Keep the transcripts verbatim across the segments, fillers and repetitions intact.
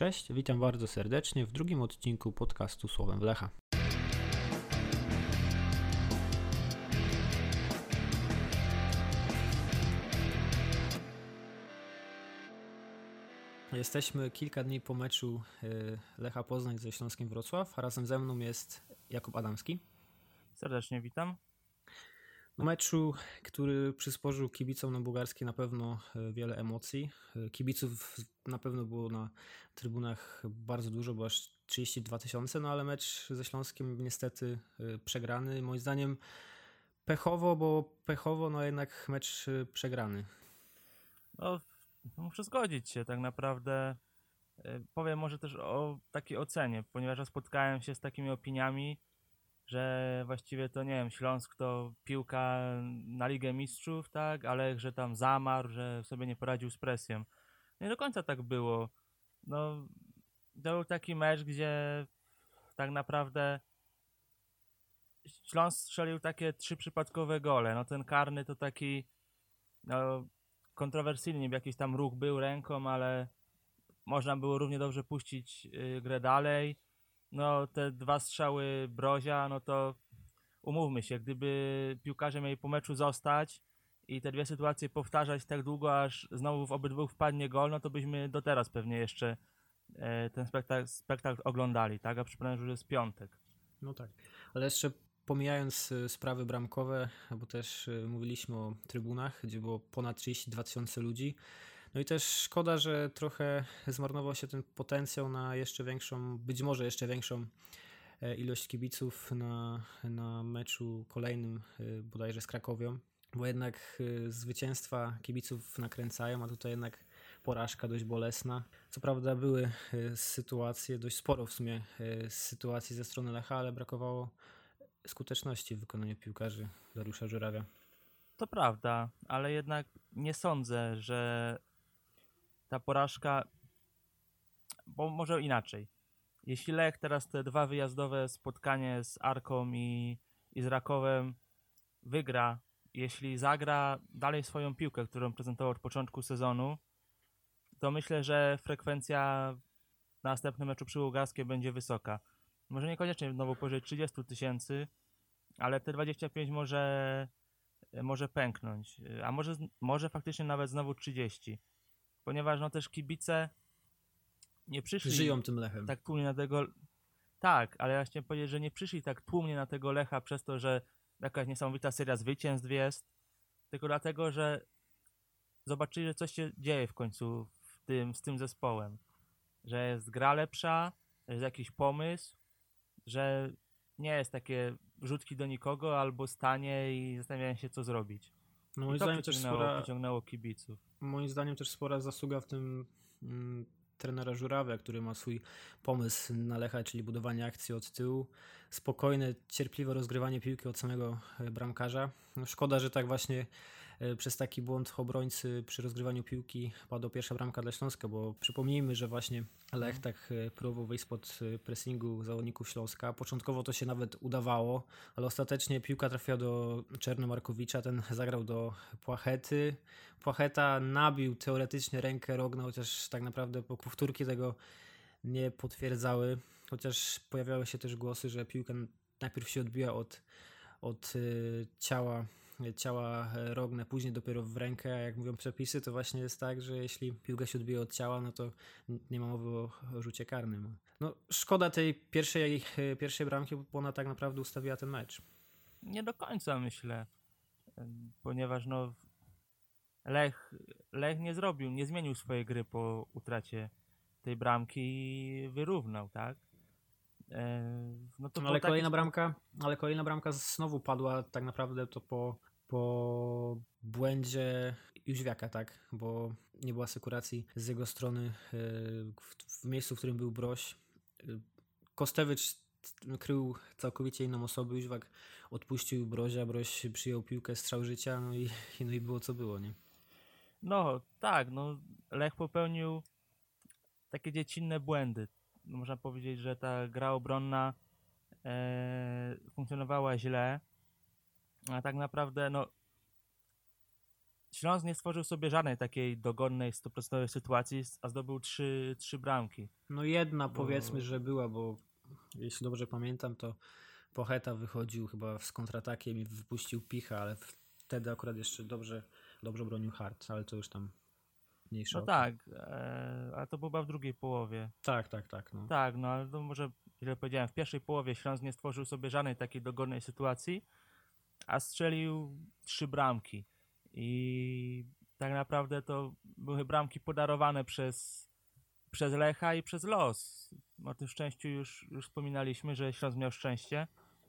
Cześć, witam bardzo serdecznie w drugim odcinku podcastu Słowem w Lecha. Jesteśmy kilka dni po meczu Lecha Poznań ze Śląskiem Wrocław, a razem ze mną jest Jakub Adamski. Serdecznie witam. No, meczu, który przysporzył kibicom na bułgarskie na pewno wiele emocji. Kibiców na pewno było na trybunach bardzo dużo, bo aż trzydzieści dwa tysiące, no ale mecz ze Śląskiem niestety przegrany. Moim zdaniem pechowo, bo pechowo, no jednak mecz przegrany. No, muszę zgodzić się tak naprawdę. Powiem może też o takiej ocenie, ponieważ ja spotkałem się z takimi opiniami, że właściwie to nie wiem, Śląsk to piłka na Ligę Mistrzów, tak, ale że tam zamarł, że sobie nie poradził z presją. Nie do końca tak było. No, to był taki mecz, gdzie tak naprawdę Śląsk strzelił takie trzy przypadkowe gole. No ten karny to taki no, kontrowersyjny, niby jakiś tam ruch był ręką, ale można było równie dobrze puścić yy, grę dalej. No te dwa strzały Brozia, no to umówmy się, gdyby piłkarze mieli po meczu zostać i te dwie sytuacje powtarzać tak długo, aż znowu w obydwu wpadnie gol, no to byśmy do teraz pewnie jeszcze e, ten spektakl, spektakl oglądali, tak? A przypomnę, że już jest piątek. No tak, ale jeszcze pomijając sprawy bramkowe, bo też mówiliśmy o trybunach, gdzie było ponad trzydzieści dwa tysiące ludzi. No i też szkoda, że trochę zmarnował się ten potencjał na jeszcze większą, być może jeszcze większą ilość kibiców na, na meczu kolejnym bodajże z Krakowią, bo jednak zwycięstwa kibiców nakręcają, a tutaj jednak porażka dość bolesna. Co prawda były sytuacje, dość sporo w sumie sytuacji ze strony Lecha, ale brakowało skuteczności w wykonaniu piłkarzy Dariusza Żurawia. To prawda, ale jednak nie sądzę, że ta porażka, bo może inaczej. Jeśli Lech teraz te dwa wyjazdowe spotkanie z Arką i, i z Rakowem wygra, jeśli zagra dalej swoją piłkę, którą prezentował od początku sezonu, to myślę, że frekwencja na następnym meczu przy Bułgarskie będzie wysoka. Może niekoniecznie znowu powyżej trzydzieści tysięcy, ale te dwadzieścia pięć może, może pęknąć, a może, może faktycznie nawet znowu trzydzieści, ponieważ no też kibice nie przyszli Żyją tym Lechem. Tak tłumnie na tego... Tak, ale ja chciałem powiedzieć, że nie przyszli tak tłumnie na tego Lecha przez to, że jakaś niesamowita seria zwycięstw jest, tylko dlatego, że zobaczyli, że coś się dzieje w końcu w tym, z tym zespołem. Że jest gra lepsza, że jest jakiś pomysł, że nie jest takie rzutki do nikogo albo stanie i zastanawiają się, co zrobić. No moim I to zdaniem też spora, przyciągnęło kibiców. Moim zdaniem też spora zasługa w tym mm, trenera Żurawia, który ma swój pomysł na Lecha, czyli budowanie akcji od tyłu, spokojne, cierpliwe rozgrywanie piłki od samego bramkarza. No szkoda, że tak właśnie przez taki błąd obrońcy przy rozgrywaniu piłki padła pierwsza bramka dla Śląska, bo przypomnijmy, że właśnie Lech tak próbował wyjść spod pressingu zawodników Śląska. Początkowo to się nawet udawało, ale ostatecznie piłka trafiła do Czernomarkowicza, ten zagrał do Płachety. Płacheta nabił teoretycznie rękę Rogna, chociaż tak naprawdę powtórki tego nie potwierdzały, chociaż pojawiały się też głosy, że piłka najpierw się odbija od, od ciała ciała Rogne, później dopiero w rękę, a jak mówią przepisy, to właśnie jest tak, że jeśli piłka się odbije od ciała, no to nie ma mowy o rzucie karnym. No szkoda tej pierwszej, pierwszej bramki, bo ona tak naprawdę ustawiła ten mecz. Nie do końca myślę, ponieważ no Lech, Lech nie zrobił, nie zmienił swojej gry po utracie tej bramki i wyrównał, tak? No to no ale kolejna taki... bramka, ale kolejna bramka znowu padła tak naprawdę to po, po błędzie Jóźwiaka, tak? Bo nie było asekuracji z jego strony w, w miejscu, w którym był Broś. Kostewicz krył całkowicie inną osobę, Jóźwiak odpuścił Brozia, Broś przyjął piłkę, strzał życia, no i, no i było co było, nie? No tak, no Lech popełnił takie dziecinne błędy. Można powiedzieć, że ta gra obronna e, funkcjonowała źle, a tak naprawdę no Śląsk nie stworzył sobie żadnej takiej dogodnej, stuprocentowej sytuacji, a zdobył trzy, trzy bramki. No jedna Bo... powiedzmy, że była, bo jeśli dobrze pamiętam, to Pocheta wychodził chyba z kontratakiem i wypuścił Picha, ale wtedy akurat jeszcze dobrze, dobrze bronił Hart, ale to już tam mniejsza No o to. tak, e, ale to było chyba w drugiej połowie. Tak, tak, tak. No. Tak, no ale to może, źle powiedziałem, w pierwszej połowie Śląsk nie stworzył sobie żadnej takiej dogodnej sytuacji, a strzelił trzy bramki. I tak naprawdę to były bramki podarowane przez, przez Lecha i przez los. O tym szczęściu już, już wspominaliśmy, że Śląsk miał szczęście.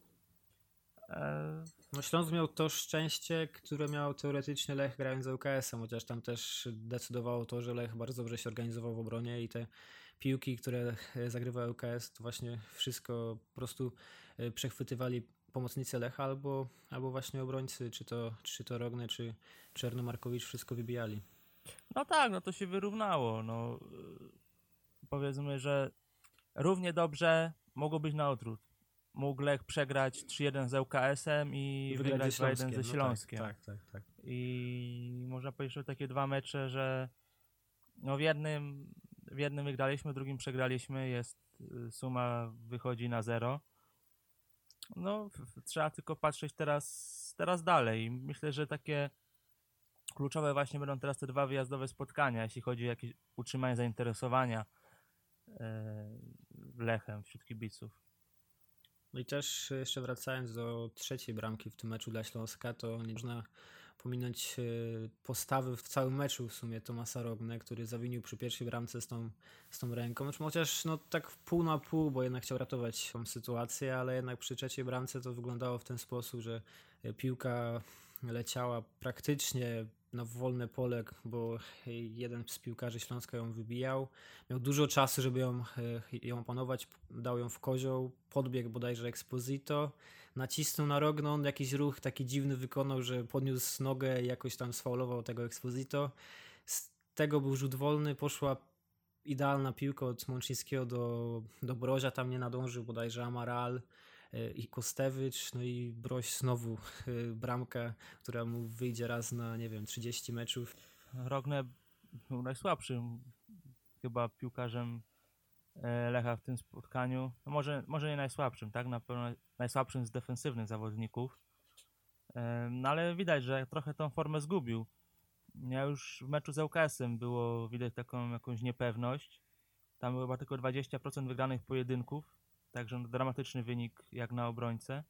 E... No Śląsk miał to szczęście, które miał teoretycznie Lech grając z U K S-em, chociaż tam też decydowało to, że Lech bardzo dobrze się organizował w obronie i te piłki, które zagrywał U K S, to właśnie wszystko po prostu przechwytywali pomocnicy Lecha albo, albo właśnie obrońcy, czy to, czy to Rogne, czy Czernomarkowicz, wszystko wybijali. No tak, no to się wyrównało. No, powiedzmy, że równie dobrze mogło być na odwrót. Mógł Lech przegrać trzy jeden z U K S-em i, I wygrać dwa jeden ze Śląskiem. No tak, tak, tak, tak. I można powiedzieć, że takie dwa mecze, że no w jednym, w jednym wygraliśmy, w drugim przegraliśmy, jest suma wychodzi na zero. No trzeba tylko patrzeć teraz, teraz dalej. Myślę, że takie kluczowe właśnie będą teraz te dwa wyjazdowe spotkania, jeśli chodzi o jakieś utrzymanie zainteresowania Lechem wśród kibiców. No i też jeszcze wracając do trzeciej bramki w tym meczu dla Śląska, to nie można pominąć postawy w całym meczu w sumie Tomasa Rogne, który zawinił przy pierwszej bramce z tą, z tą ręką. Chociaż no tak pół na pół, bo jednak chciał ratować tą sytuację, ale jednak przy trzeciej bramce to wyglądało w ten sposób, że piłka leciała praktycznie na wolne pole, bo jeden z piłkarzy Śląska ją wybijał. Miał dużo czasu, żeby ją, ją opanować, dał ją w kozioł, podbiegł bodajże Exposito, nacisnął na Rogną, on jakiś ruch taki dziwny wykonał, że podniósł nogę i jakoś tam sfaulował tego Exposito. Z tego był rzut wolny, poszła idealna piłka od Mączyńskiego do, do Broża, tam nie nadążył bodajże Amaral i Kostewicz, no i Broś znowu bramka, która mu wyjdzie raz na, nie wiem, trzydzieści meczów. Rogne był najsłabszym chyba piłkarzem Lecha w tym spotkaniu. No może, może nie najsłabszym, tak? Na pewno najsłabszym z defensywnych zawodników. No ale widać, że trochę tą formę zgubił. Ja już w meczu z U K S-em było widać taką jakąś niepewność. Tam było chyba tylko dwadzieścia procent wygranych pojedynków. Także no, dramatyczny wynik jak na obrońcę.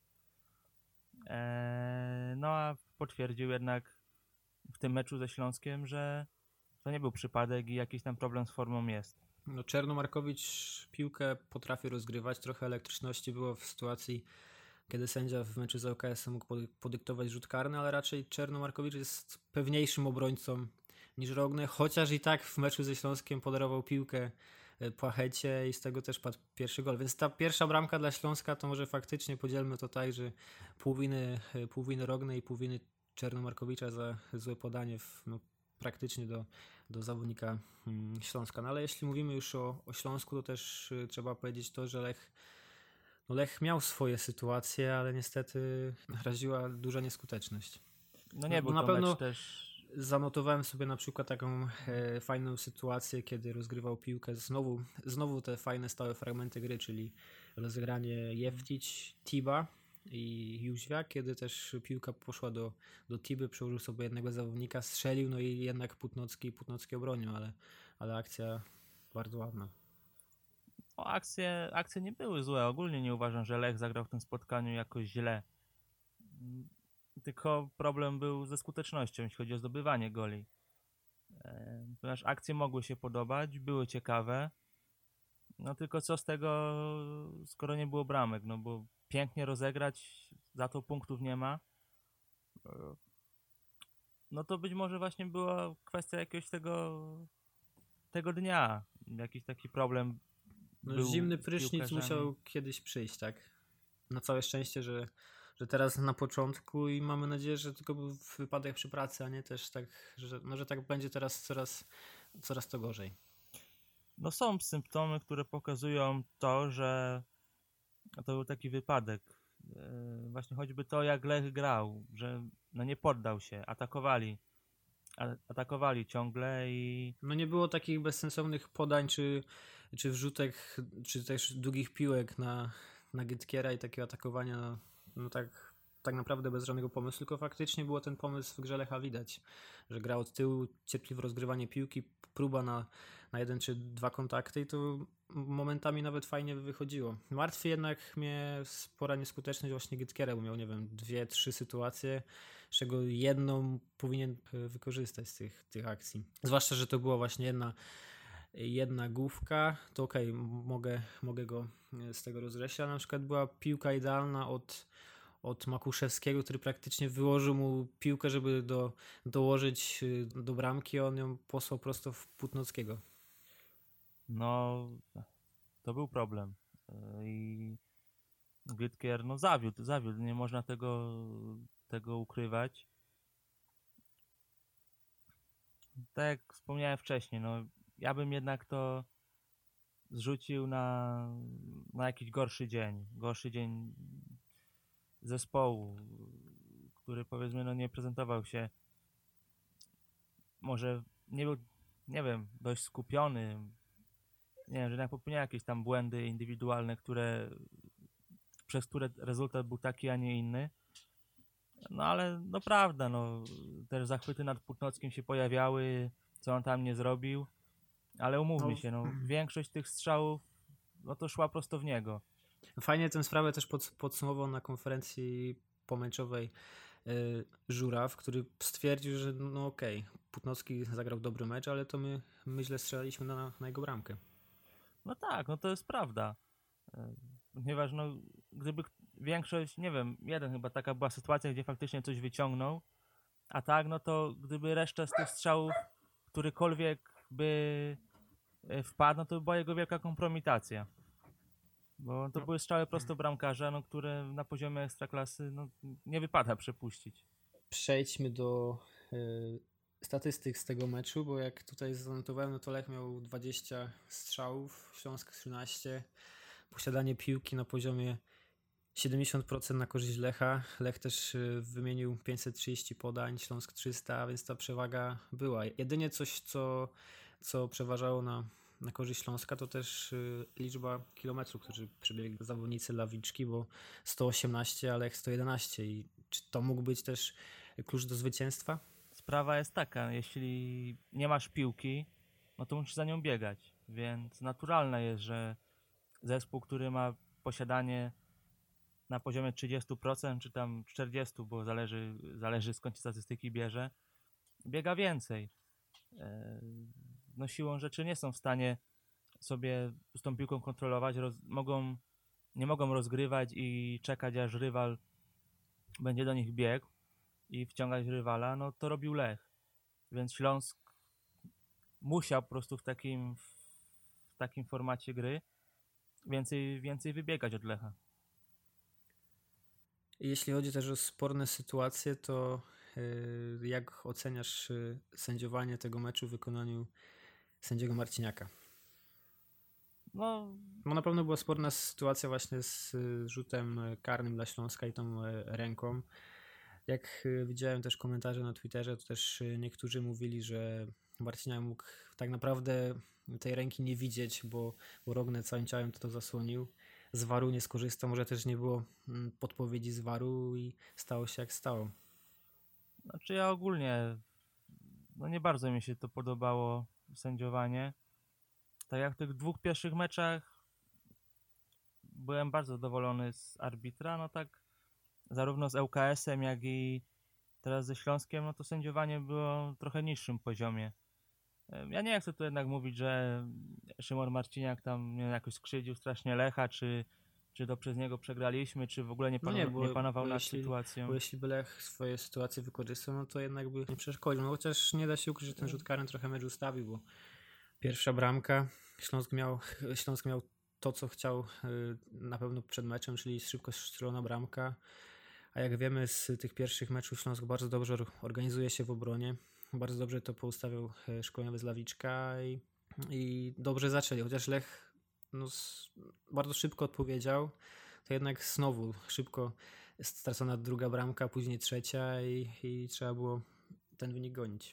Eee, no a potwierdził jednak w tym meczu ze Śląskiem, że to nie był przypadek i jakiś tam problem z formą jest. No Czernomarkowicz piłkę potrafi rozgrywać. Trochę elektryczności było w sytuacji, kiedy sędzia w meczu z U K S-em mógł podyktować rzut karny, ale raczej Czernomarkowicz jest pewniejszym obrońcą niż Rogne, chociaż i tak w meczu ze Śląskiem podarował piłkę Płachecie i z tego też padł pierwszy gol. Więc ta pierwsza bramka dla Śląska to może faktycznie podzielmy to tak, że pół winy, pół winy Rogne i pół winy Czernomarkowicza za złe podanie w, no, praktycznie do, do zawodnika hmm, Śląska. No ale jeśli mówimy już o, o Śląsku, to też y, trzeba powiedzieć to, że Lech, no Lech miał swoje sytuacje, ale niestety raziła duża nieskuteczność. No nie no, był na to pewno mecz też... Zanotowałem sobie na przykład taką e, fajną sytuację, kiedy rozgrywał piłkę. Znowu, znowu te fajne stałe fragmenty gry, czyli rozegranie Jeftić, Tiba i Jóźwiak, kiedy też piłka poszła do, do Tiby, przełożył sobie jednego zawodnika, strzelił, no i jednak Putnocki, Putnocki obronił, ale, ale akcja bardzo ładna. O, akcje, akcje nie były złe. Ogólnie nie uważam, że Lech zagrał w tym spotkaniu jakoś źle. Tylko problem był ze skutecznością, jeśli chodzi o zdobywanie goli. E, ponieważ akcje mogły się podobać, były ciekawe. No tylko co z tego, skoro nie było bramek? No bo pięknie rozegrać, za to punktów nie ma. E, no to być może właśnie była kwestia jakiegoś tego, tego dnia. Jakiś taki problem. No, był zimny prysznic musiał kiedyś przyjść, tak? Na całe szczęście, że że teraz na początku i mamy nadzieję, że tylko był wypadek przy pracy, a nie też tak, że, no, że tak będzie teraz coraz, coraz to gorzej. No są symptomy, które pokazują to, że to był taki wypadek. Właśnie choćby to, jak Lech grał, że no nie poddał się, atakowali. a- atakowali ciągle i No nie było takich bezsensownych podań, czy, czy wrzutek, czy też długich piłek na, na Gytkiera i takiego atakowania, no, no tak, tak naprawdę bez żadnego pomysłu, tylko faktycznie było ten pomysł w grze Lecha widać, że gra od tyłu, cierpliwe rozgrywanie piłki, próba na, na jeden czy dwa kontakty i to momentami nawet fajnie wychodziło. Martwi jednak mnie spora nieskuteczność właśnie Gytkiera, bo miał, nie wiem, dwie, trzy sytuacje, z czego jedną powinien wykorzystać z tych, tych akcji. Zwłaszcza, że to była właśnie jedna, jedna główka, to okej, okay, mogę, mogę go z tego rozgrzeć, ale na przykład była piłka idealna od, od Makuszewskiego, który praktycznie wyłożył mu piłkę, żeby do, dołożyć do bramki, a on ją posłał prosto w Płótnockiego. no to był problem. I Gytkier no zawiódł, zawiódł, nie można tego, tego ukrywać. Tak jak wspomniałem wcześniej, no ja bym jednak to zrzucił na, na jakiś gorszy dzień, gorszy dzień zespołu, który powiedzmy no nie prezentował się, może nie był, nie wiem, dość skupiony, nie wiem, że jednak popełniał jakieś tam błędy indywidualne, które, przez które rezultat był taki, a nie inny. No ale no prawda, no też zachwyty nad Płótnockim się pojawiały, co on tam nie zrobił, ale umówmy No, się, no większość tych strzałów no to szła prosto w niego. Fajnie tę sprawę też pod, podsumował na konferencji pomeczowej y, Żuraw, który stwierdził, że no okej, okay, Płótnocki zagrał dobry mecz, ale to my, my źle strzelaliśmy na, na jego bramkę. No tak, no to jest prawda. Ponieważ no, gdyby większość, nie wiem, jeden chyba taka była sytuacja, gdzie faktycznie coś wyciągnął, a tak, no to gdyby reszta z tych strzałów, którykolwiek by wpadł, no to by była jego wielka kompromitacja. Bo to No. były strzały prosto bramkarza, no, które na poziomie ekstraklasy no, nie wypada przepuścić. Przejdźmy do y, statystyk z tego meczu, bo jak tutaj zanotowałem, no to Lech miał dwadzieścia strzałów, Śląsk trzynaście, posiadanie piłki na poziomie siedemdziesiąt procent na korzyść Lecha. Lech też wymienił pięćset trzydzieści podań, Śląsk trzysta, więc ta przewaga była. Jedynie coś, co, co przeważało na, na korzyść Śląska, to też liczba kilometrów, którzy przebiegli zawodnicy Lawiczki, bo sto osiemnaście, a Lech sto jedenaście. I czy to mógł być też klucz do zwycięstwa? Sprawa jest taka, jeśli nie masz piłki, no to musisz za nią biegać, więc naturalne jest, że zespół, który ma posiadanie na poziomie trzydzieści procent czy tam czterdzieści procent, bo zależy, zależy skąd się statystyki bierze, biega więcej. No siłą rzeczy nie są w stanie sobie z tą piłką kontrolować, roz, mogą, nie mogą rozgrywać i czekać, aż rywal będzie do nich biegł i wciągać rywala, no to robił Lech. Więc Śląsk musiał po prostu w takim, w takim formacie gry więcej, więcej wybiegać od Lecha. Jeśli chodzi też o sporne sytuacje, to yy, jak oceniasz yy, sędziowanie tego meczu w wykonaniu sędziego Marciniaka? No, Bo na pewno była sporna sytuacja właśnie z y, rzutem karnym dla Śląska i tą y, ręką. Jak y, widziałem też komentarze na Twitterze, to też y, niektórzy mówili, że Marciniak mógł tak naprawdę tej ręki nie widzieć, bo, bo Rogner całym ciałem to, to zasłonił. Z waru nie skorzystał, może też nie było mm, podpowiedzi z waru i stało się jak stało. znaczy ja ogólnie no nie bardzo mi się to podobało sędziowanie. Tak jak w tych dwóch pierwszych meczach byłem bardzo zadowolony z arbitra, no tak zarówno z L K S-em, jak i teraz ze Śląskiem, no to sędziowanie było na trochę niższym poziomie. Ja nie chcę tu jednak mówić, że Szymon Marciniak tam nie wiem, jakoś skrzywdził strasznie Lecha, czy, czy to przez niego przegraliśmy, czy w ogóle nie, panu, No nie, bo, nie panował bo nad jeśli, sytuacją. Bo jeśli by Lech swoje sytuacje wykorzystał, no to jednak by nie przeszkodził. No chociaż nie da się ukryć, że ten rzut karny trochę mecz ustawił, bo pierwsza bramka, Śląsk miał, Śląsk miał to, co chciał na pewno przed meczem, czyli szybko strzelona bramka. A jak wiemy z tych pierwszych meczów Śląsk bardzo dobrze organizuje się w obronie. Bardzo dobrze to poustawiał szkoleniowy z Lawiczka i, i dobrze zaczęli. Chociaż Lech no, bardzo szybko odpowiedział, to jednak znowu szybko stracona druga bramka, później trzecia i, i trzeba było ten wynik gonić.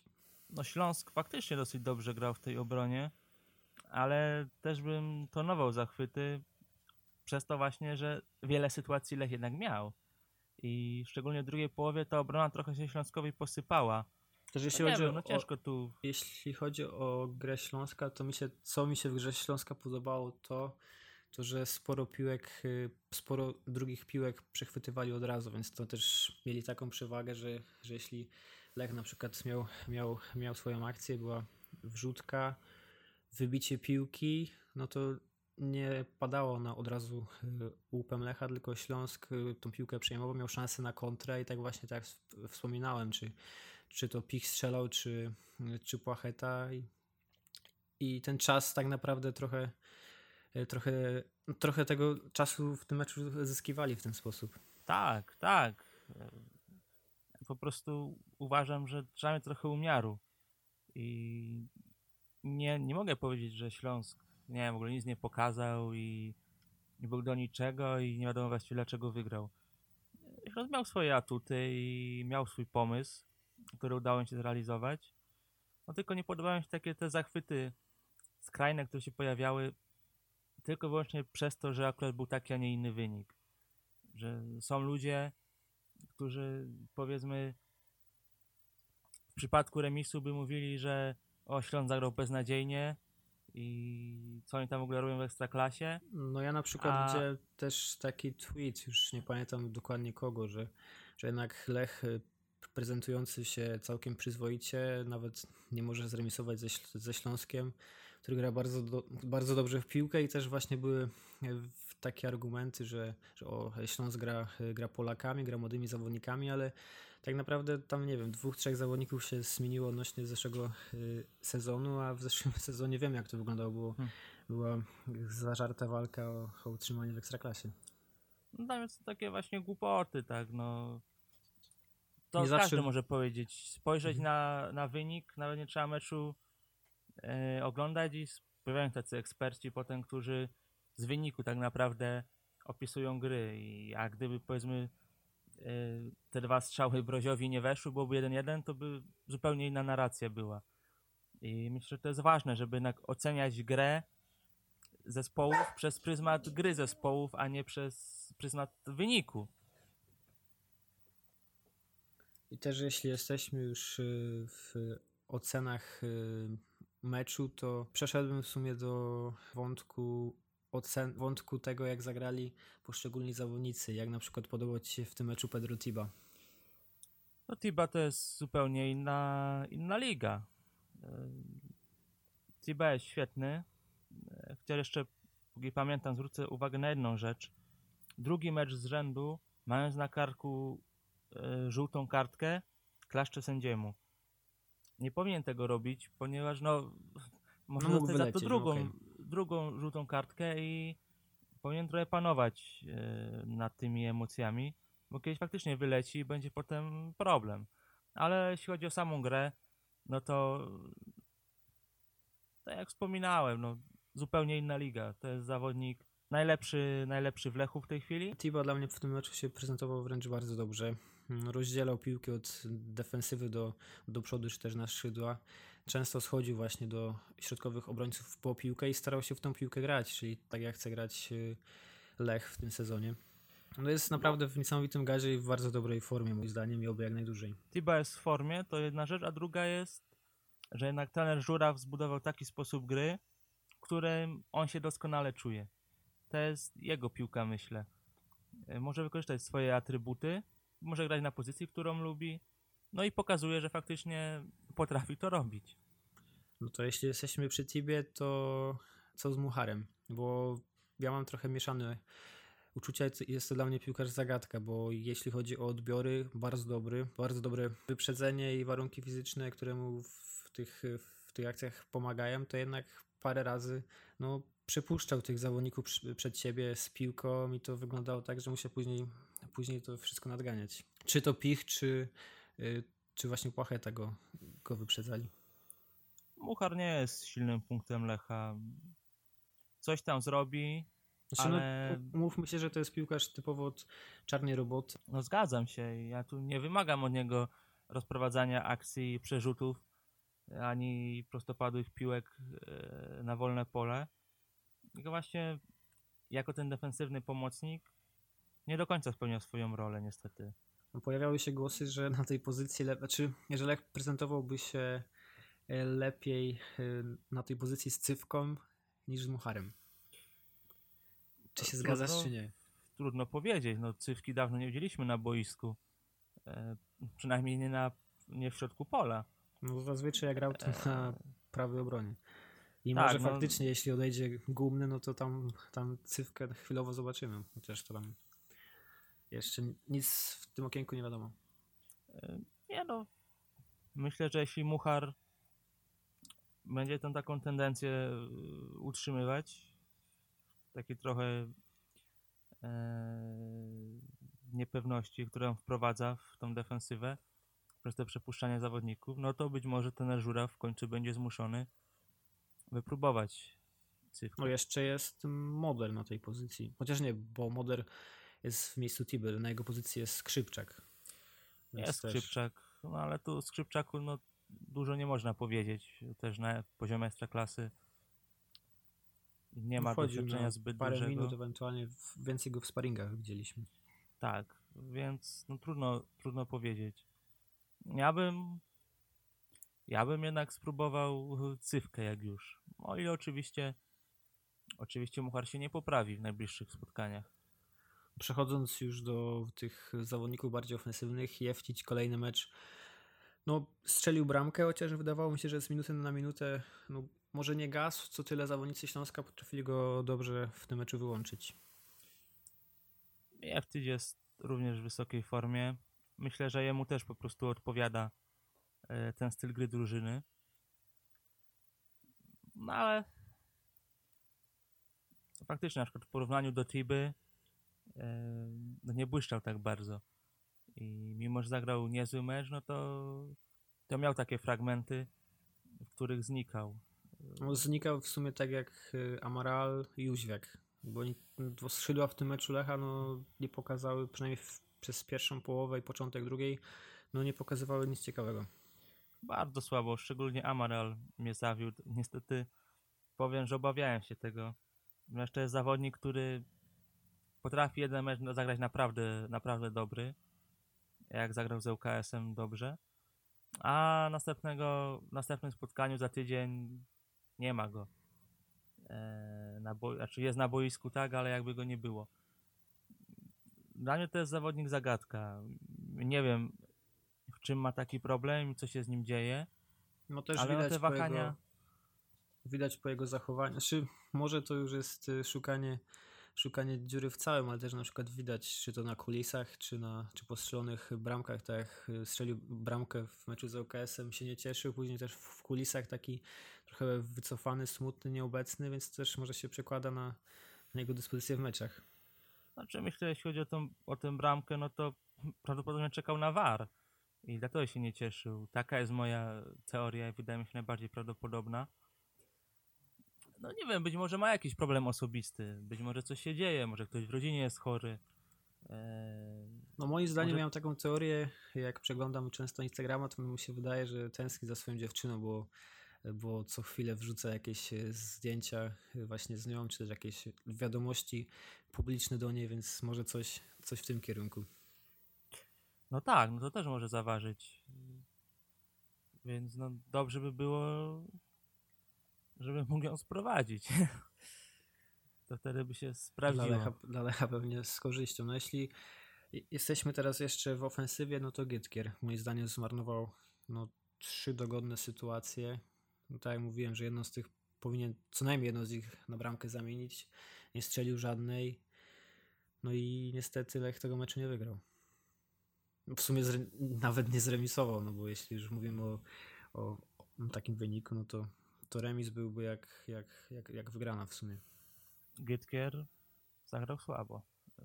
no Śląsk faktycznie dosyć dobrze grał w tej obronie, ale też bym tonował zachwyty przez to właśnie, że wiele sytuacji Lech jednak miał. I szczególnie w drugiej połowie ta obrona trochę się Śląskowi posypała. Też No jeśli nie chodzi wiem, no o, ciężko tu... jeśli chodzi o grę Śląska, to mi się, co mi się w grze Śląska podobało, to, to że sporo piłek, y, sporo drugich piłek przechwytywali od razu, więc to też mieli taką przewagę, że, że jeśli Lech na przykład miał, miał, miał swoją akcję, była wrzutka, wybicie piłki, no to nie padało ona od razu y, łupem Lecha, tylko Śląsk y, tą piłkę przejmował, miał szansę na kontrę i tak właśnie tak w- wspominałem, czy, czy to Pich strzelał, czy, czy Płacheta i, i ten czas tak naprawdę trochę, y, trochę, trochę tego czasu w tym meczu zyskiwali w ten sposób. Tak, tak. Po prostu uważam, że trzeba mieć trochę umiaru. I nie, nie mogę powiedzieć, że Śląsk, nie wiem, w ogóle nic nie pokazał i nie był do niczego i nie wiadomo właściwie dlaczego wygrał. Śląsk miał swoje atuty i miał swój pomysł, który udało mi się zrealizować. No tylko nie podobają mi się takie te zachwyty skrajne, które się pojawiały tylko i wyłącznie przez to, że akurat był taki, a nie inny wynik. Że są ludzie, którzy powiedzmy w przypadku remisu by mówili, że o, Śląsk zagrał beznadziejnie i co oni tam w ogóle robią w Ekstraklasie. No ja na przykład A- widziałem też taki tweet, już nie pamiętam dokładnie kogo, że, że jednak Lech y, prezentujący się całkiem przyzwoicie, nawet nie może zremisować ze, Śl- ze Śląskiem, który gra bardzo, do, bardzo dobrze w piłkę i też właśnie były y, takie argumenty, że, że o, Śląsk gra, y, gra Polakami, gra młodymi zawodnikami, ale tak naprawdę tam, nie wiem, dwóch, trzech zawodników się zmieniło odnośnie zeszłego y, sezonu, a w zeszłym sezonie wiem, jak to wyglądało, było Hmm. była zażarta walka o, o utrzymanie w Ekstraklasie. No tam są takie właśnie głupoty, tak, no. To Nie każdy zawsze- może powiedzieć, spojrzeć Mhm. na, na wynik, nawet nie trzeba meczu e, oglądać i pojawiają tacy eksperci potem, którzy z wyniku tak naprawdę opisują gry i a gdyby powiedzmy e, te dwa strzały Broziowi nie weszły, byłoby jeden jeden, to by zupełnie inna narracja była. I myślę, że to jest ważne, żeby jednak oceniać grę zespołów przez pryzmat gry zespołów, a nie przez pryzmat wyniku. I też jeśli jesteśmy już y, w ocenach y, meczu, to przeszedłbym w sumie do wątku ocen, wątku tego, jak zagrali poszczególni zawodnicy, jak na przykład podobał Ci się w tym meczu Pedro Tiba. No Tiba to jest zupełnie inna, inna liga. Tiba jest świetny. Chociaż jeszcze, póki pamiętam, zwrócę uwagę na jedną rzecz. Drugi mecz z rzędu, mając na karku e, żółtą kartkę, klaszcze sędziemu. Nie powinien tego robić, ponieważ no, może No mógł dostać za to wylecieć, no drugą, okej. drugą żółtą kartkę i powinien trochę panować e, nad tymi emocjami, bo kiedyś faktycznie wyleci i będzie potem problem. Ale jeśli chodzi o samą grę, no to tak jak wspominałem, no zupełnie inna liga. To jest zawodnik najlepszy, najlepszy w Lechu w tej chwili. Tiba dla mnie w tym meczu się prezentował wręcz bardzo dobrze. Mm, Rozdzielał piłkę od defensywy do, do przodu, czy też na skrzydła. Często schodził właśnie do środkowych obrońców po piłkę i starał się w tą piłkę grać, czyli tak jak chce grać y, Lech w tym sezonie. No jest naprawdę w niesamowitym gazie i w bardzo dobrej formie, moim zdaniem, i oby jak najdłużej. Tiba jest w formie, to jedna rzecz, a druga jest, że jednak trener Żuraw zbudował taki sposób gry, w którym on się doskonale czuje. To jest jego piłka, myślę. E, Może wykorzystać swoje atrybuty, może grać na pozycji, którą lubi, no i pokazuje, że faktycznie potrafi to robić. No to jeśli jesteśmy przy Tibie, to co z Mucharem? Bo ja mam trochę mieszane uczucia, jest to dla mnie piłkarz zagadka, bo jeśli chodzi o odbiory, bardzo dobry, bardzo dobre wyprzedzenie i warunki fizyczne, które mu w tych, w tych akcjach pomagają, to jednak parę razy no, przepuszczał tych zawodników przy- przed siebie z piłką i to wyglądało tak, że musiał później, później to wszystko nadganiać. Czy to Pich, czy, y, czy właśnie Płacheta go, go wyprzedzali. Muchar nie jest silnym punktem Lecha. Coś tam zrobi, Znaczy, ale no, mówmy się, że to jest piłkarz typowo od czarnej roboty. no zgadzam się. Ja tu nie wymagam od niego rozprowadzania akcji i przerzutów. ani prostopadłych piłek e, na wolne pole. Tylko właśnie jako ten defensywny pomocnik nie do końca spełniał swoją rolę niestety. No, pojawiały się głosy, że na tej pozycji, le... znaczy, jeżeli Lech prezentowałby się e, lepiej e, na tej pozycji z Cywką niż z Mucharem. Czy się Trudno, zgadzasz, czy nie? Trudno powiedzieć. No, Cywki dawno nie widzieliśmy na boisku. E, przynajmniej nie, na, nie w środku pola. No zazwyczaj jak grał to na prawej obronie. I tak, może no, faktycznie, jeśli odejdzie Gumny, no to tam, tam Cywkę chwilowo zobaczymy. Chociaż to tam jeszcze nic w tym okienku nie wiadomo. e, nie no. Myślę, że jeśli Muchar będzie tą taką tendencję e, utrzymywać, taki trochę e, niepewności, którą wprowadza w tą defensywę przez te przepuszczanie zawodników, no to być może ten Żuraw w końcu będzie zmuszony wypróbować Cywkę. No jeszcze jest Moder na tej pozycji. Chociaż nie, bo Moder jest w miejscu Tibel. Na jego pozycji jest Skrzypczak. Więc Jest też... Skrzypczak, no ale tu Skrzypczaku no, dużo nie można powiedzieć. Też na poziomie ekstraklasy nie ma Wchodził doświadczenia na zbyt parę dużego. minut, ewentualnie więcej go w sparingach widzieliśmy. Tak, więc no, trudno, trudno powiedzieć. Ja bym ja bym jednak spróbował Cywkę jak już. O ile oczywiście oczywiście Muchar się nie poprawi w najbliższych spotkaniach. Przechodząc już do tych zawodników bardziej ofensywnych, Jeftić kolejny mecz no strzelił bramkę, chociaż wydawało mi się, że z minuty na minutę no, może nie gasł, co tyle zawodnicy Śląska potrafili go dobrze w tym meczu wyłączyć. Jeftić jest również w wysokiej formie. Myślę, że jemu też po prostu odpowiada ten styl gry drużyny. No ale faktycznie na przykład w porównaniu do Tiby no nie błyszczał tak bardzo. I mimo, że zagrał niezły mecz, no to, to miał takie fragmenty, w których znikał. No, znikał w sumie tak jak Amaral i Jóźwiak, bo oni, bo skrzydła w tym meczu Lecha no, nie pokazały, przynajmniej w, przez pierwszą połowę i początek drugiej, no nie pokazywały nic ciekawego. Bardzo słabo, szczególnie Amaral mnie zawiódł. Niestety powiem, że obawiałem się tego. Ponieważ to jest zawodnik, który potrafi jeden mecz zagrać naprawdę, naprawdę dobry, jak zagrał z L K S-em dobrze, a następnego, w następnym spotkaniu za tydzień nie ma go. Eee, na boi- znaczy jest na boisku, tak, ale jakby go nie było. Dla mnie to jest zawodnik zagadka. Nie wiem, w czym ma taki problem i co się z nim dzieje. No też ale widać no te po wahania... jego, widać po jego zachowaniu. Znaczy, może to już jest szukanie, szukanie dziury w całym, ale też na przykład widać, czy to na kulisach, czy na czy po strzelonych bramkach, tak jak strzelił bramkę w meczu z L K S-em, się nie cieszył, później też w kulisach taki trochę wycofany, smutny, nieobecny, więc też może się przekłada na, na jego dyspozycję w meczach. Znaczy myślę, jeśli chodzi o, tą, o tę bramkę, no to prawdopodobnie czekał na V A R i dlatego się nie cieszył. Taka jest moja teoria i wydaje mi się najbardziej prawdopodobna. No nie wiem, być może ma jakiś problem osobisty, być może coś się dzieje, może ktoś w rodzinie jest chory. Eee, No moim zdaniem może... miałem taką teorię, jak przeglądam często Instagrama, to mi się wydaje, że tęskni za swoją dziewczyną, bo, bo co chwilę wrzuca jakieś zdjęcia właśnie z nią, czy też jakieś wiadomości publiczne do niej, więc może coś, coś w tym kierunku. No tak, no to też może zaważyć. Więc no dobrze by było, żeby mógł ją sprowadzić. To wtedy by się sprawdziło. Dla Lecha, dla Lecha pewnie z korzyścią. No jeśli jesteśmy teraz jeszcze w ofensywie, no to Gytkier moim zdaniem zmarnował no, trzy dogodne sytuacje. No, tak jak mówiłem, że jedną z tych powinien, co najmniej jedną z nich na bramkę zamienić. Nie strzelił żadnej. No i niestety Lech tego meczu nie wygrał. W sumie zre, nawet nie zremisował, no bo jeśli już mówimy o, o, o takim wyniku, no to, to remis byłby jak, jak, jak, jak wygrana w sumie. Gytkier zagrał słabo. Eee,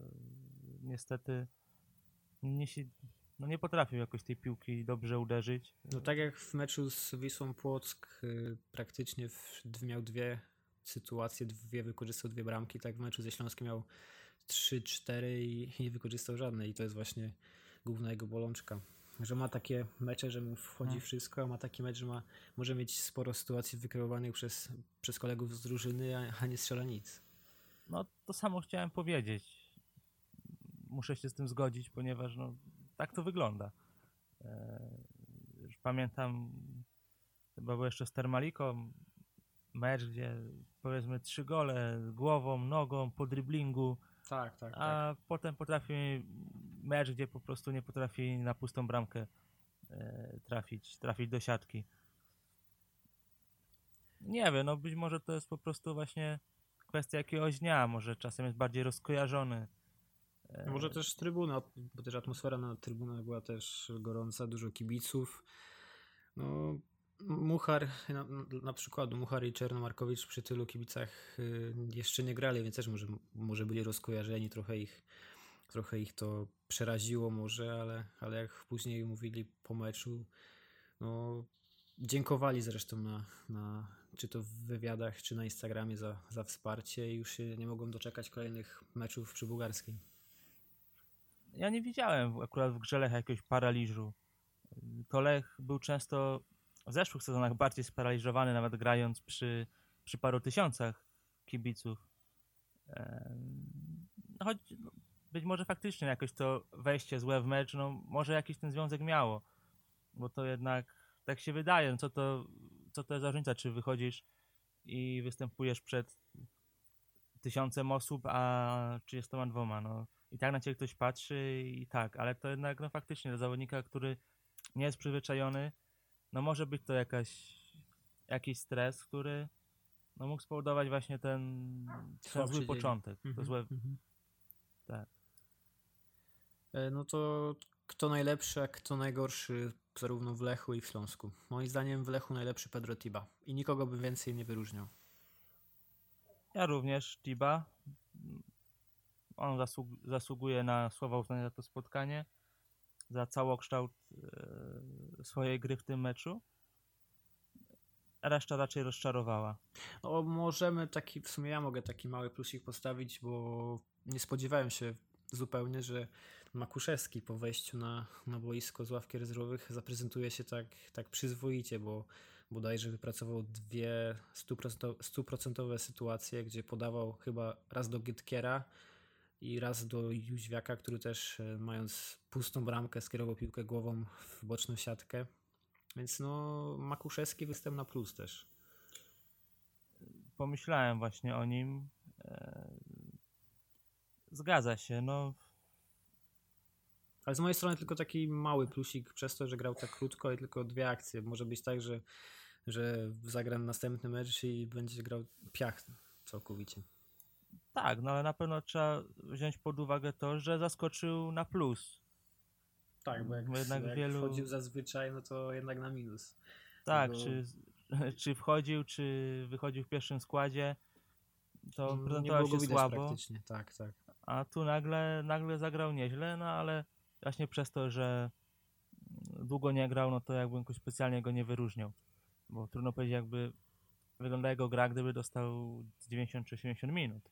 niestety nie, się, no nie potrafił jakoś tej piłki dobrze uderzyć. No tak jak w meczu z Wisłą Płock yy, praktycznie w, miał dwie sytuacje, dwie wykorzystał dwie bramki, tak w meczu ze Śląskiem miał trzy cztery i nie wykorzystał żadnej i to jest właśnie główna jego bolączka. że ma takie mecze, że mu wchodzi Hmm. wszystko, a ma taki mecz, że ma, może mieć sporo sytuacji wykreowanych przez, przez kolegów z drużyny, a, a nie strzela nic. No to samo chciałem powiedzieć. Muszę się z tym zgodzić, ponieważ no, tak to wygląda. E, już pamiętam, chyba był jeszcze z Termaliką mecz, gdzie powiedzmy trzy gole głową, nogą, po driblingu, Tak, tak, a potem potrafi mecz, gdzie po prostu nie potrafi na pustą bramkę e, trafić, trafić do siatki. Nie wiem, no być może to jest po prostu właśnie kwestia jakiegoś dnia, może czasem jest bardziej rozkojarzony. No może też trybuna, bo też atmosfera na trybunach była też gorąca, dużo kibiców. No, Muchar, na, na przykład Muchar i Czernomarkowicz przy tylu kibicach y, jeszcze nie grali, więc też może, może byli rozkojarzeni, trochę ich, trochę ich to przeraziło może, ale, ale jak później mówili po meczu, no dziękowali zresztą na, na czy to w wywiadach, czy na Instagramie za, za wsparcie i już się nie mogą doczekać kolejnych meczów przy Bułgarskiej. Ja nie widziałem akurat w grze Lecha jakiegoś paraliżu. To Lech był często w zeszłych sezonach bardziej sparaliżowany, nawet grając przy, przy paru tysiącach kibiców. Choć no, być może faktycznie jakoś to wejście złe w mecz, no może jakiś ten związek miało, bo to jednak tak się wydaje, no co to, co to jest za różnica, czy wychodzisz i występujesz przed tysiącem osób, a trzydziestoma dwoma, no i tak na ciebie ktoś patrzy i tak, ale to jednak no faktycznie dla zawodnika, który nie jest przyzwyczajony, no może być to jakaś, jakiś stres, który no mógł spowodować właśnie ten, ten zły Słabszy dzień. początek, to Mhm, złe, mhm. tak. E, No to kto najlepszy, a kto najgorszy zarówno w Lechu i w Śląsku? Moim zdaniem w Lechu najlepszy Pedro Tiba i nikogo bym więcej nie wyróżniał. Ja również, Tiba. On zasług, zasługuje na słowa uznania za to spotkanie, za całokształt e, swojej gry w tym meczu. Reszta raczej rozczarowała. No, możemy taki, w sumie ja mogę taki mały plusik postawić, bo nie spodziewałem się zupełnie, że Makuszewski po wejściu na, na boisko z ławki rezerwowych zaprezentuje się tak, tak przyzwoicie, bo bodajże wypracował dwie stuprocentowe sytuacje, gdzie podawał chyba raz do Gytkiera i raz do Jóźwiaka, który też e, mając pustą bramkę skierował piłkę głową w boczną siatkę. Więc no Makuszewski występ na plus też. Pomyślałem właśnie o nim. E, zgadza się, no Ale z mojej strony tylko taki mały plusik przez to, że grał tak krótko i tylko dwie akcje. Może być tak, że, że zagra następny mecz i będzie grał piach całkowicie. tak, no ale na pewno trzeba wziąć pod uwagę to, że zaskoczył na plus. Tak, bo jak, Bo jednak jak wielu... wchodził zazwyczaj, no to jednak na minus. Tak, Tego czy, czy wchodził, czy wychodził w pierwszym składzie, to nie prezentował było go się widać słabo, praktycznie. Tak, tak. a tu nagle, nagle zagrał nieźle, no ale właśnie przez to, że długo nie grał, no to jakbym jakoś specjalnie go nie wyróżniał, bo trudno powiedzieć jakby wygląda jego gra, gdyby dostał dziewięćdziesiąt czy osiemdziesiąt minut.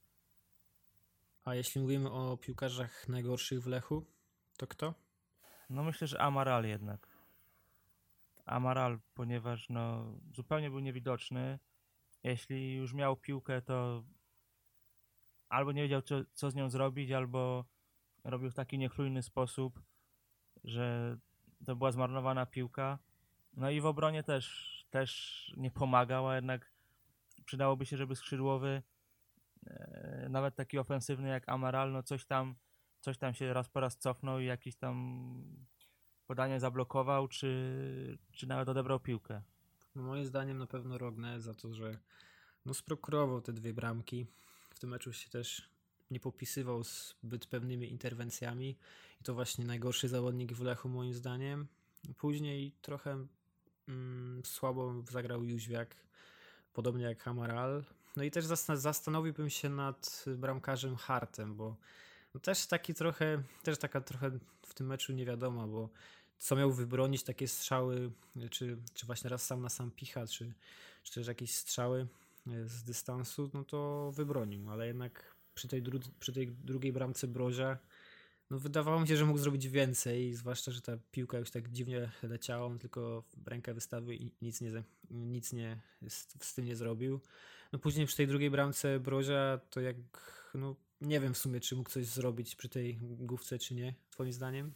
A jeśli mówimy o piłkarzach najgorszych w Lechu, to kto? No myślę, że Amaral jednak. Amaral, ponieważ no zupełnie był niewidoczny. Jeśli już miał piłkę, to albo nie wiedział, co, co z nią zrobić, albo robił w taki niechlujny sposób, że to była zmarnowana piłka. No i w obronie też, też nie pomagał, a jednak przydałoby się, żeby skrzydłowy, e, nawet taki ofensywny jak Amaral, no coś tam, coś tam się raz po raz cofnął i jakiś tam podanie zablokował, czy, czy nawet odebrał piłkę. No moim zdaniem na pewno Rogne za to, że no sprokurował te dwie bramki. W tym meczu się też nie popisywał zbyt pewnymi interwencjami i to właśnie najgorszy zawodnik w Lechu moim zdaniem. Później trochę mm, słabo zagrał Jóźwiak, podobnie jak Hamaral. No i też zastan- zastanowiłbym się nad bramkarzem Hartem, bo no też taki trochę, też taka trochę w tym meczu nie wiadomo, bo co miał wybronić takie strzały, czy, czy właśnie raz sam na sam Picha, czy, czy też jakieś strzały z dystansu, no to wybronił, ale jednak przy tej, dru- przy tej drugiej bramce Brozia No wydawało mi się, że mógł zrobić więcej, zwłaszcza, że ta piłka już tak dziwnie leciała, on tylko rękę wystawił i nic nie, nic nie z, z tym nie zrobił. No później przy tej drugiej bramce Broża to jak, no nie wiem w sumie, czy mógł coś zrobić przy tej główce, czy nie, twoim zdaniem?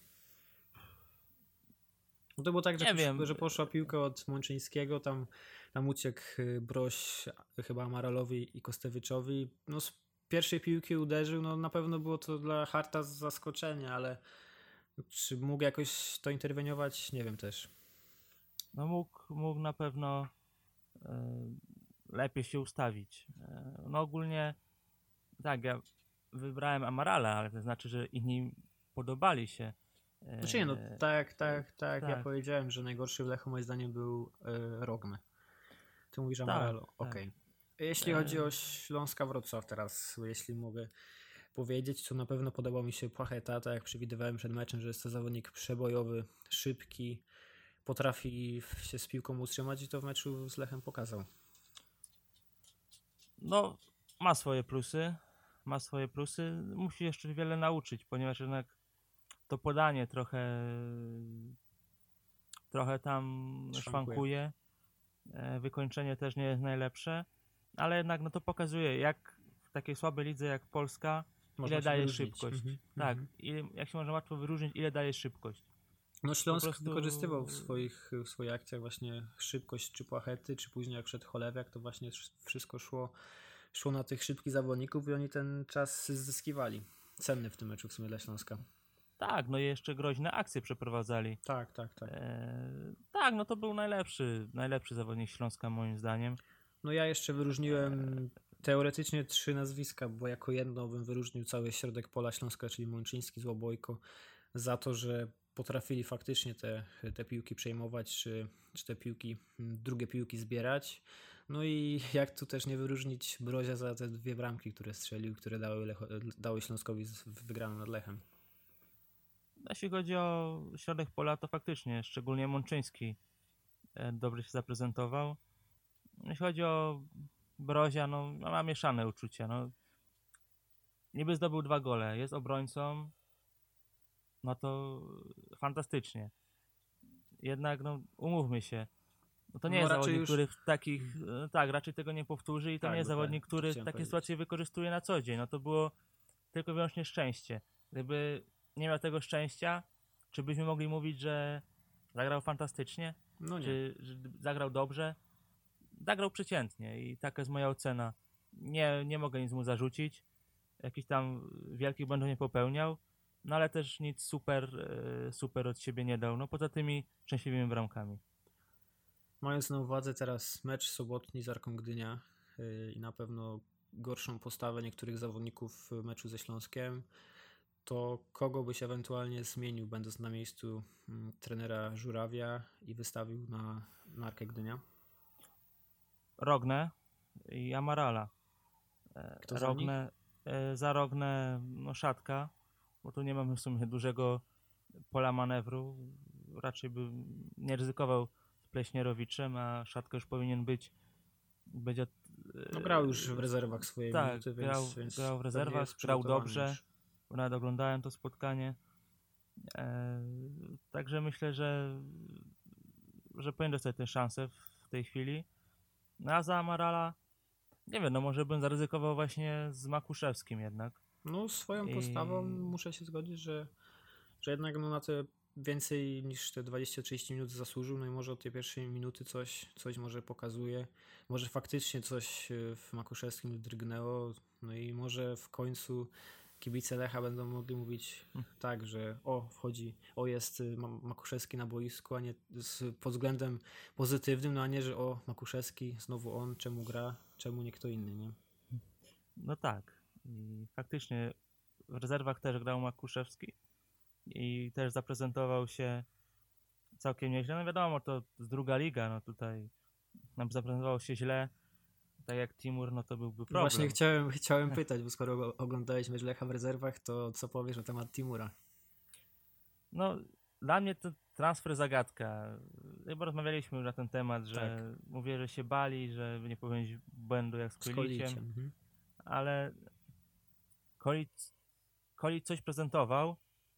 No to było tak, że, Nie wiem. że poszła piłka od Mączyńskiego, tam, tam uciekł Broś chyba Amaralowi i Kostewiczowi. No z pierwszej piłki uderzył, no na pewno było to dla Harta zaskoczenie, ale czy mógł jakoś to interweniować? Nie wiem też. No mógł, mógł na pewno y, lepiej się ustawić. Y, no ogólnie tak, ja wybrałem Amarala, ale to znaczy, że inni podobali się. Y, Znaczy nie, no tak, tak, tak, tak. Ja tak. powiedziałem, że najgorszy w Lechu moim zdaniem był y, Rogme. Ty mówisz Tak, Amaralo, tak. okej. Okay. Jeśli E... chodzi o Śląska Wrocław teraz, jeśli mogę powiedzieć, to na pewno podobał mi się Pacheta, tak jak przewidywałem przed meczem, że jest to zawodnik przebojowy, szybki, potrafi się z piłką utrzymać i to w meczu z Lechem pokazał. No, ma swoje plusy, ma swoje plusy, musi jeszcze wiele nauczyć, ponieważ jednak to podanie trochę trochę tam szwankuje, szwankuje. Wykończenie też nie jest najlepsze, ale jednak no to pokazuje, jak w takiej słabej lidze jak Polska, Można ile daje wyróżnić. szybkość. Mhm, tak, mhm. ile, jak się można łatwo wyróżnić, ile daje szybkość. No Śląsk prostu... wykorzystywał w swoich, w swoich akcjach właśnie szybkość czy Płachety, czy później jak wszedł Cholewiak, to właśnie wszystko szło, szło na tych szybkich zawodników i oni ten czas zyskiwali. Cenny w tym meczu w sumie dla Śląska. Tak, no i jeszcze groźne akcje przeprowadzali. Tak, tak, tak. E, tak, no to był najlepszy, najlepszy zawodnik Śląska moim zdaniem. No ja jeszcze wyróżniłem teoretycznie trzy nazwiska, bo jako jedno bym wyróżnił cały środek pola Śląska, czyli Mączyński, Złobojko, za to, że potrafili faktycznie te, te piłki przejmować, czy, czy te piłki, drugie piłki zbierać. No i jak tu też nie wyróżnić Brozia za te dwie bramki, które strzelił, które dały, Lecho, dały Śląskowi wygraną nad Lechem. Jeśli chodzi o środek pola, to faktycznie, szczególnie Mączyński dobrze się zaprezentował. Jeśli chodzi o Brozia, no ma mieszane uczucia. No, niby zdobył dwa gole, jest obrońcą, no to fantastycznie. Jednak, no umówmy się, no to nie no jest zawodnik, już... który w takich, tak, raczej tego nie powtórzy i to tak, nie jest zawodnik, który takie powiedzieć. sytuacje wykorzystuje na co dzień. No to było tylko i wyłącznie szczęście. Gdyby nie miał tego szczęścia, czy byśmy mogli mówić, że zagrał fantastycznie? No nie. Czy że zagrał dobrze? Zagrał przeciętnie i taka jest moja ocena. Nie, nie mogę nic mu zarzucić. Jakiś tam wielkich błędów nie popełniał, no ale też nic super, super od siebie nie dał. No poza tymi szczęśliwymi bramkami. Mając na uwadze teraz mecz sobotni z Arką Gdynia yy, i na pewno gorszą postawę niektórych zawodników w meczu ze Śląskiem, to kogo byś ewentualnie zmienił, będąc na miejscu mm, trenera Żurawia i wystawił na, na Arkę Gdynia? Rogne i Amarala. Kto Rogne, za, za Rogne no Szatka, bo tu nie mamy w sumie dużego pola manewru. Raczej bym nie ryzykował z Pleśnierowiczem, a Szatka już powinien być być od, no grał już w rezerwach swoje tak, minuty, grał, więc, więc grał w rezerwach, grał dobrze. Już. Nawet oglądałem to spotkanie. E, także myślę, że że powinien dostać tę szansę w tej chwili. No a za Amarala nie wiem, no może bym zaryzykował właśnie z Makuszewskim jednak. No swoją I... postawą muszę się zgodzić, że, że jednak no na te więcej niż te dwadzieścia trzydzieści minut zasłużył, no i może od tej pierwszej minuty coś, coś może pokazuje. Może faktycznie coś w Makuszewskim drgnęło, no i może w końcu kibice Lecha będą mogli mówić hmm. tak, że o, wchodzi, o jest Makuszewski na boisku, a nie z, pod względem pozytywnym, no a nie, że o, Makuszewski, znowu on, czemu gra, czemu nie kto inny, nie? No tak. I faktycznie w rezerwach też grał Makuszewski i też zaprezentował się całkiem nieźle. No wiadomo, to z druga liga, no tutaj nam zaprezentował się źle, tak jak Timur, no to byłby problem. Właśnie chciałem, chciałem pytać, bo skoro oglądałeś mecz Lecha w rezerwach, to co powiesz na temat Timura? No, dla mnie to transfer zagadka. Chyba rozmawialiśmy już na ten temat, że tak. Mówię, że się bali, że nie popełnić błędu jak z Koliciem, mhm. ale Kolic, Kolic coś prezentował,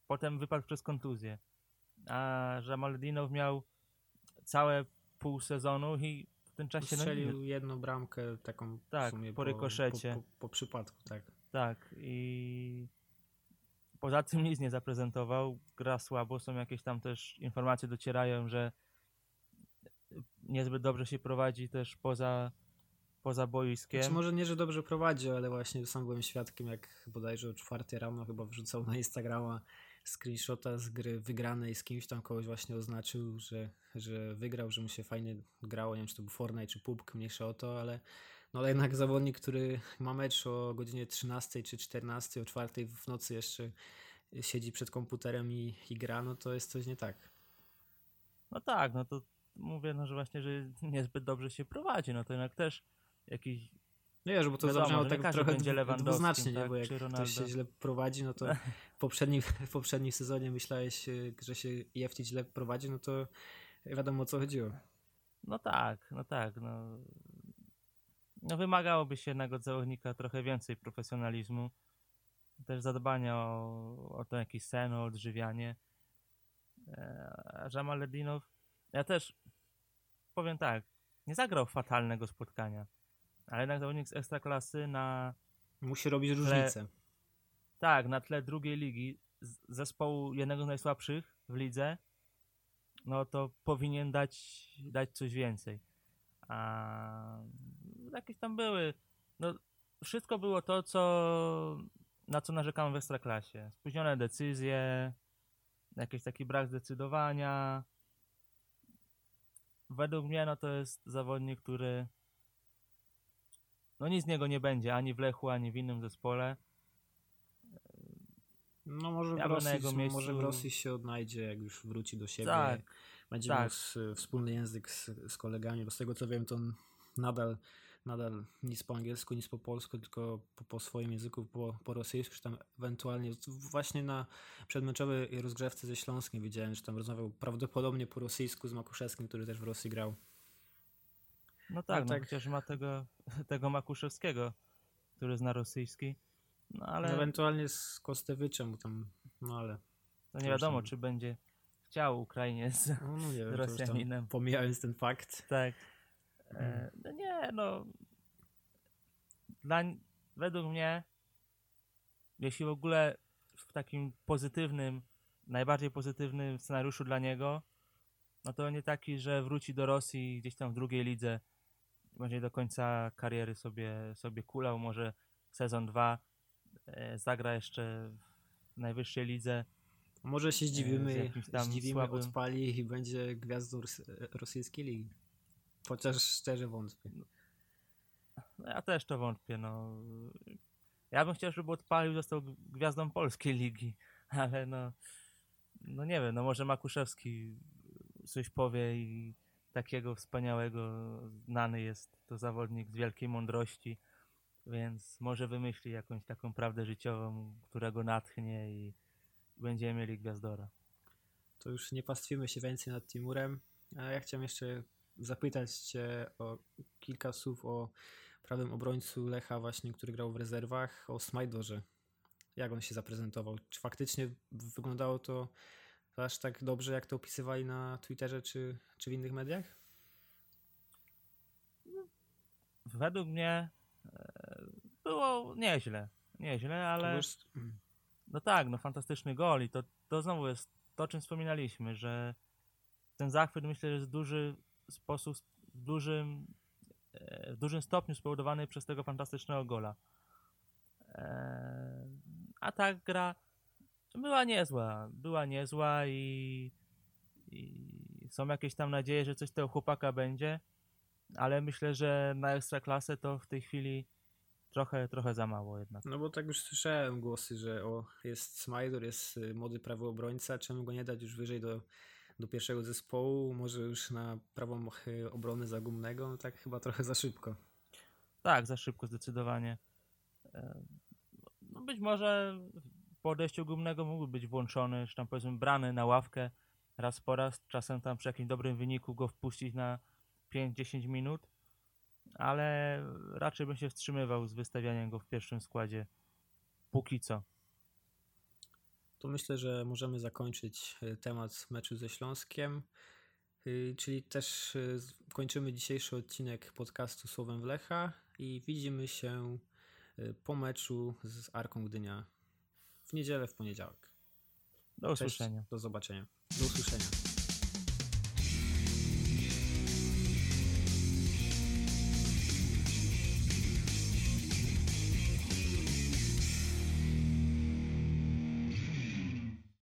potem wypadł przez kontuzję. A Jamaldinow miał całe pół sezonu i w tym czasie... Strzelił no, jedną bramkę taką tak, w sumie po po, rykoszecie. po, po, po przypadku, tak. Tak, i poza tym nic nie zaprezentował. Gra słabo, są jakieś tam też informacje docierają, że niezbyt dobrze się prowadzi też poza, poza boiskiem. Znaczy może nie, że dobrze prowadzi, ale właśnie sam byłem świadkiem, jak bodajże o czwartej rano chyba wrzucał na Instagrama screenshota z gry wygranej z kimś tam, kogoś właśnie oznaczył, że, że wygrał, że mu się fajnie grało, nie wiem czy to był Fortnite czy P U B G, mniejsza o to, ale no ale jednak zawodnik, który ma mecz o godzinie trzynastej czy czternastej, o czwartej w nocy jeszcze siedzi przed komputerem i, i gra, no to jest coś nie tak. No tak, no to mówię, no, że właśnie, że niezbyt dobrze się prowadzi, no to jednak też jakiś... No wiesz, bo to Wiadomo, zabrzmiało że nie tak każdy trochę będzie dwu- Lewandowskim, dwuznacznie, nie? tak, Bo jak czy ktoś Ronaldo. się źle prowadzi, no to w poprzednim, w poprzednim sezonie myślałeś, y, że się Jefty źle prowadzi, no to wiadomo o co chodziło. No tak, no tak, no... No wymagałoby się jednak od zawodnika trochę więcej profesjonalizmu, też zadbania o, o to jakiś sen, o odżywianie. A Jamaldinow, ja też powiem tak, nie zagrał fatalnego spotkania, ale jednak zawodnik z Ekstraklasy na Musi robić tle, różnicę. tak, na tle drugiej ligi, z zespołu jednego z najsłabszych w lidze, no to powinien dać, dać coś więcej. A jakieś tam były, no wszystko było to, co, na co narzekamy w Ekstraklasie. Spóźnione decyzje, jakiś taki brak zdecydowania. Według mnie no to jest zawodnik, który no nic z niego nie będzie, ani w Lechu, ani w innym zespole. No może w, Ja bym na Rosji, jego miejscu... może w Rosji się odnajdzie, jak już wróci do siebie. Tak, Będzie tak. miał s- wspólny język z, z kolegami, bo z tego co wiem, to on nadal, nadal nic po angielsku, nic po polsku, tylko po, po swoim języku, po, po rosyjsku, czy tam ewentualnie właśnie na przedmeczowej rozgrzewce ze Śląskiem widziałem, że tam rozmawiał prawdopodobnie po rosyjsku z Makuszewskim, który też w Rosji grał. No tak, no tak. chociaż ma tego, tego Makuszewskiego, który zna rosyjski. No ale Ewentualnie z Kostewiczem, bo tam, no ale... to nie to już wiadomo, tam- czy będzie chciał Ukrainie z, No, no nie z wiem, to już tam Rosjaninem. pomijając ten fakt. Tak. E, no nie, no. Dla, według mnie, jeśli w ogóle w takim pozytywnym, najbardziej pozytywnym scenariuszu dla niego, no to nie taki, że wróci do Rosji gdzieś tam w drugiej lidze, będzie do końca kariery sobie, sobie kulał, może sezon dwa e, zagra jeszcze w najwyższej lidze. Może się z zdziwimy, jakimś tam zdziwimy słabym- odpali i będzie gwiazdą ros- rosyjskiej ligi. Chociaż szczerze wątpię. No ja też to wątpię, no. Ja bym chciał, żeby odpalił, został gwiazdą polskiej ligi, ale no, no nie wiem, no może Makuszewski coś powie i takiego wspaniałego, znany jest to zawodnik z wielkiej mądrości, więc może wymyśli jakąś taką prawdę życiową, która go natchnie i będziemy mieli gwiazdora. To już nie pastwimy się więcej nad Timurem. A ja chciałem jeszcze zapytać cię o kilka słów o prawym obrońcu Lecha właśnie, który grał w rezerwach, o Smajdorze. Jak on się zaprezentował? Czy faktycznie wyglądało to aż tak dobrze, jak to opisywali na Twitterze czy, czy w innych mediach? Według mnie e, było nieźle, nieźle, ale Kogoś... no tak, no fantastyczny gol i to, to znowu jest to, o czym wspominaliśmy, że ten zachwyt myślę, że jest w duży sposób, w dużym, e, w dużym stopniu spowodowany przez tego fantastycznego gola. E, a ta gra była niezła, była niezła i, i są jakieś tam nadzieje, że coś z tego chłopaka będzie, ale myślę, że na Ekstraklasę to w tej chwili trochę, trochę za mało jednak. No bo tak już słyszałem głosy, że o, jest Smajdor, jest y, młody prawy obrońca, czemu go nie dać już wyżej do, do pierwszego zespołu, może już na prawą y, obrony zagumnego, no tak chyba trochę za szybko. Tak, za szybko zdecydowanie. E, No być może po odejściu Gumnego mógłby być włączony, czy tam powiedzmy brany na ławkę raz po raz, czasem tam przy jakimś dobrym wyniku go wpuścić na pięć dziesięć minut, ale raczej bym się wstrzymywał z wystawianiem go w pierwszym składzie póki co. to myślę, że możemy zakończyć temat meczu ze Śląskiem, czyli też kończymy dzisiejszy odcinek podcastu Słowem Wlecha i widzimy się po meczu z Arką Gdynia w niedzielę, w poniedziałek. Do usłyszenia. Cześć, do zobaczenia. Do usłyszenia.